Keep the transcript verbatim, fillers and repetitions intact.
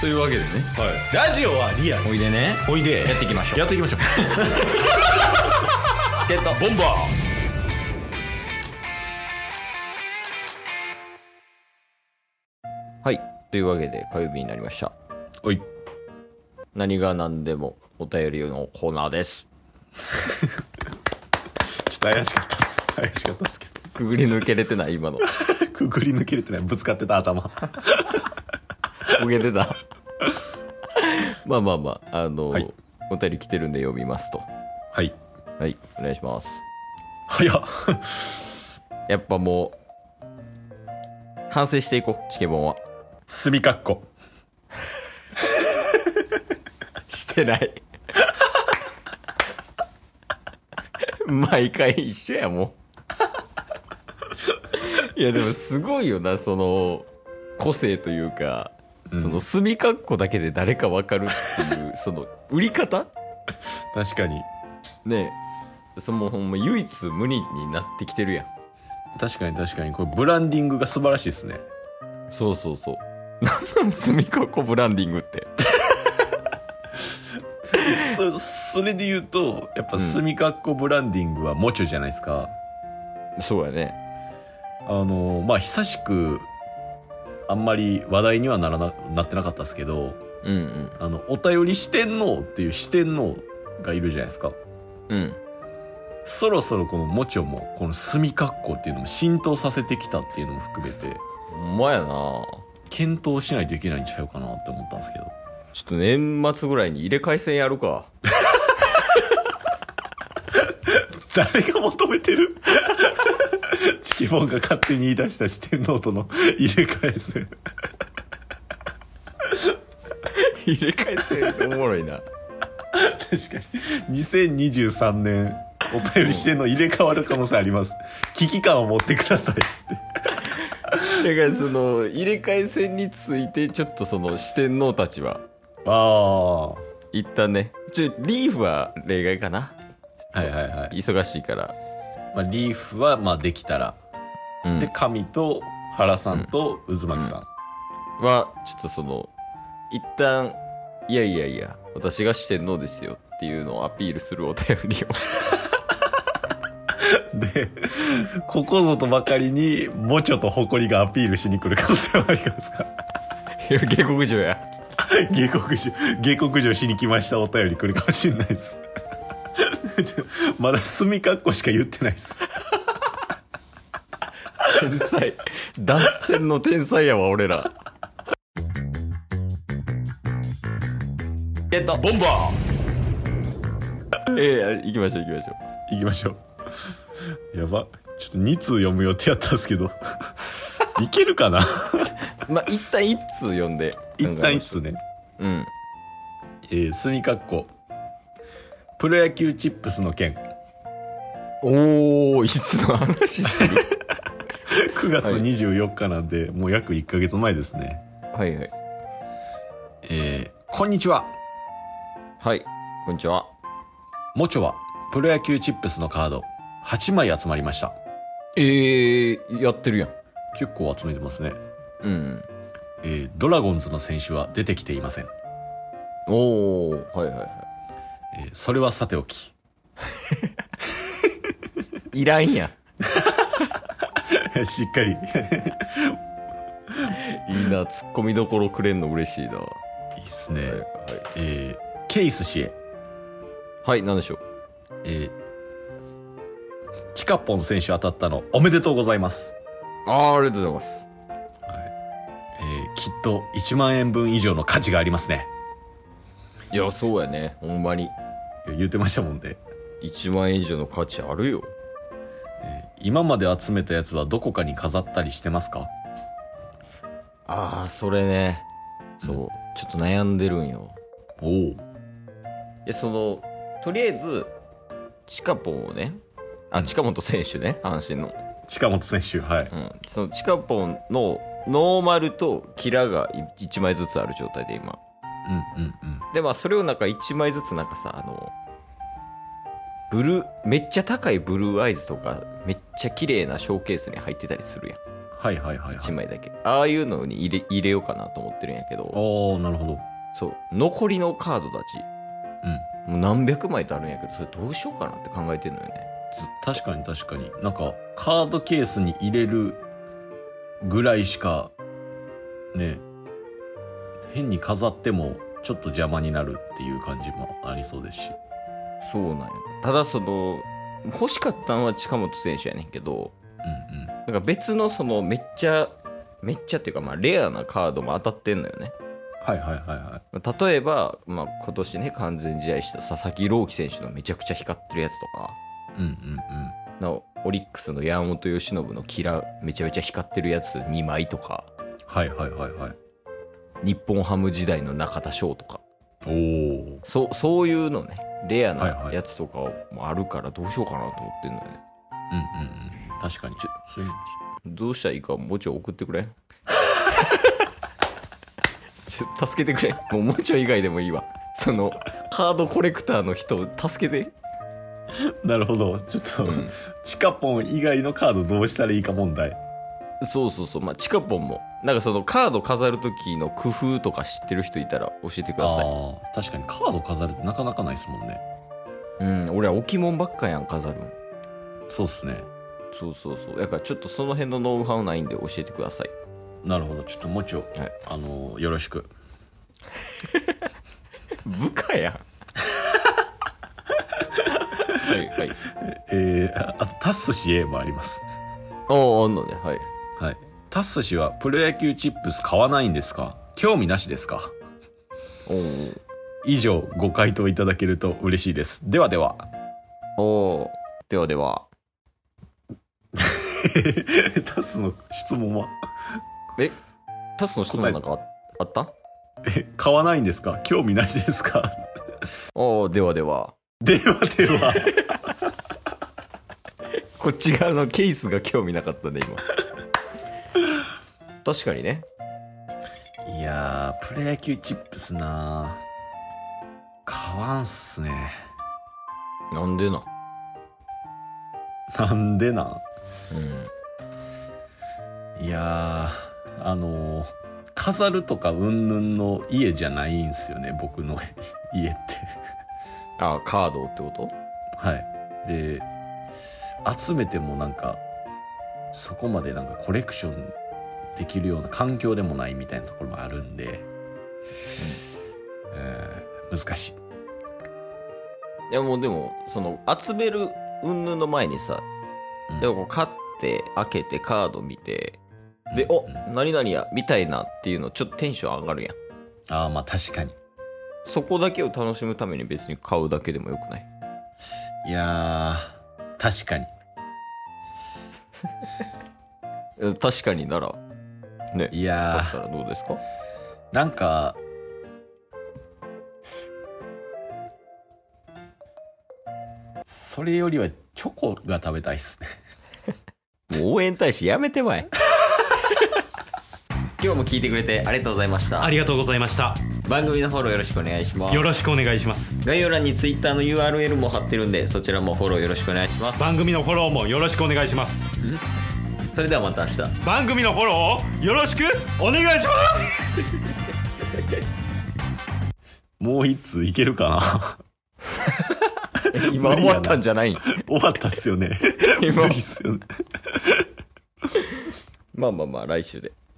というわけでね、 はい、ラジオはリアル。 おいでね、 おいでやっていきましょう。 やっていきましょうゲットボンバー。はい、というわけで火曜日になりました。 おい、 何が何でもお便りのコーナーです。 ちょっと怪しかったっす怪しかったっすけどくぐり抜けれてない今のくぐり抜けれてない、ぶつかってた頭焦げてたまあまあまあ、あの、はい、お便り来てるんで読みますと。 はいはいお願いします。 早っやっぱもう反省していこう。チケボンはすみかっこしてない毎回一緒やもういやでもすごいよな、その個性というか、うん、その墨かっこだけで誰か分かるっていうその売り方確かにねえ、そのほんま唯一無二になってきてるやん。確かに確かに、これブランディングが素晴らしいですね。 そうそうそう、なんなん墨かっこブランディングってそ, それで言うとやっぱ墨かっこブランディングはモチョじゃないですか、 うん、そうやね。 あのまあ久しくあんまり話題にはならな、なってなかったですけど、 うんうん、 あのお便り四天王っていう四天王がいるじゃないですか。 うん。 そろそろこのモチョもこの墨かっこっていうのも浸透させてきたっていうのも含めて、 ほんまやな、 検討しないといけないんちゃうかなって思ったんですけど。 ちょっと年末ぐらいに入れ替え戦やるか誰が求めてるチキボンが勝手に言い出した四天王との入れ替え戦入れ替え戦おもろいな確かににせんにじゅうさんねんお便りしてんの入れ替わる可能性あります。危機感を持ってくださいってだからその入れ替え戦についてちょっとその四天王たちはあ一旦ね、ちょリーフは例外かな。 はいはいはい、 忙しいから、 まあ、リーフはまあできたら、うん、で神と原さんと渦巻さん、 うん、はちょっとその一旦いやいやいや私が四天王ですよっていうのをアピールするお便りをでここぞとばかりにモチョと誇りがアピールしに来る可能性はありますか。 いや下克上や下克上下克上しに来ましたお便り来るかもしれないですまだ墨かっこしか言ってないです天才脱線の天才やわ俺ら。ゲットボンバーええー、行きましょう行きましょう行きましょう。やば、ちょっとに通読む予定やったんですけどいけるかなまあ一旦一通読んで一旦一通ね。 うん。 えー、墨かっこプロ野球チップスの件。 おお、いつの話してるくがつにじゅうよっかなんで、はい、もう約いっかげつまえですね。 はいはい。 えー、こんにちは。 はい、こんにちは。 モチョはプロ野球チップスのカードはちまい集まりました。 えー、やってるやん。 結構集めてますね。 うん。 えー、ドラゴンズの選手は出てきていません。 おー、はいはいはい。 えー、それはさておきいらんやしっかりいいな、ツッコミどころくれんの嬉しいな。 いいっすね、はいはい。えー、ケイス氏へ。 はい、何でしょう。 えー、チカポン選手当たったのおめでとうございます。 あー、ありがとうございます。 はい。えー、きっといちまんえんぶん以上の価値がありますね。 いや、そうやね、ほんまに。いや、言ってましたもんね。 いちまんえん以上の価値あるよ。 えー、今まで集めたやつはどこかに飾ったりしてますか？ ああ、それね、そう、うん、ちょっと悩んでるんよ。 おお。いや、そのとりあえずチカポンをね、あ、近本選手ね、阪神の近本選手、はい、 うん、そのチカポンのノーマルとキラがいちまいずつある状態で今。 うんうんうん。 でまあそれをなんかいちまいずつなんかさ、あのブルーめっちゃ高いブルーアイズとかめっちゃ綺麗なショーケースに入ってたりするやん。 はいはいはいはい。 いちまいだけ。ああいうのに入れ入れようかなと思ってるんやけど、 おー、なるほど。 そう残りのカードたちうん。 もう何百枚とあるんやけど、それどうしようかなって考えてるのよね。ずっ確かに確かに。なんか、カードケースに入れるぐらいしか、ね、変に飾ってもちょっと邪魔になるっていう感じもありそうですし。 とそうなんや。ただその欲しかったのは近本選手やねんけど、 うんうん。 なんか別のそのめっちゃめっちゃっていうかまあレアなカードも当たってんのよね。 はいはいはいはい。 例えば、まあ、今年ね完全試合した佐々木朗希選手のめちゃくちゃ光ってるやつとか、 うんうんうん。 なおオリックスの山本由伸のキラめちゃめちゃ光ってるやつにまいとか、 はいはいはいはい。 日本ハム時代の中田翔とか、 おー。 そそういうのねレアはいはないやつとかもあるからどうしようかなと思ってんのよね。 うんうんうん。確かに。 ちょそういうどうしたらいいかもうちょい送ってくれちょ助けてくれ。もうもうちょい以外でもいいわ。そのカードコレクターの人助けて。 なるほど。ちょっと、 うん、 チカポン以外のカードどうしたらいいか問題。 そうそうそう。まあチカポンもなんかそのカード飾る時の工夫とか知ってる人いたら教えてください。 ああ、確かにカード飾るってなかなかないですもんね。 うん、俺は置物ばっかやん飾るん。 そうっすね。 そうそうそう。だからちょっとその辺のノウハウないんで教えてください。 なるほど。ちょっともうちょい、 はい、 あのー、よろしく。 部下やん。はいはい。 えー、ああとタッス氏 A もあります。 ああ、あんのね。はい。 はい。タッス氏はプロ野球チップス買わないんですか？興味なしですか？ おー以上ご回答いただけると嬉しいです。ではでは。 おーではでは。 タスの質問はえタスの質問なんか あ, あったえ、買わないんですか？興味なしですか？ おーではでは。 ではでは。 こっち側のケースが興味なかったね今。確かにね。 いやー、プロ野球チップスな買わんっすね。 なんでな。 なんでなんうん。 いやー、あのー、飾るとかうんぬんの家じゃないんすよね、僕の家って。 あカードってこと？ はい。で、集めてもなんか、そこまでなんかコレクションできるような環境でもないみたいなところもあるんで、うんえー、難しい。 いやもうでもその集める云々の前にさ、 うん、 でもこう買って開けてカード見てで、 うんお何々やみたいなっていうのちょっとテンション上がるやん。 ああ、まあ確かに。 そこだけを楽しむために別に買うだけでもよくない？ いやー、確かに。 確かにならね。 いやー、 だったらどうですか？ なんか、それよりはチョコが食べたいっすね。 もう応援大使やめてまい。今日も聞いてくれてありがとうございました。 ありがとうございました。 番組のフォローよろしくお願いします。 よろしくお願いします。 概要欄に Twitter の ユーアールエル も貼ってるんでそちらもフォローよろしくお願いします。 番組のフォローもよろしくお願いします。 それではまた明日。 番組のフォローをよろしくお願いします。 もう一通いけるかな。 今終わったんじゃない？ 終わったっすよね。 今無理っすよね。 まあまあまあ来週で。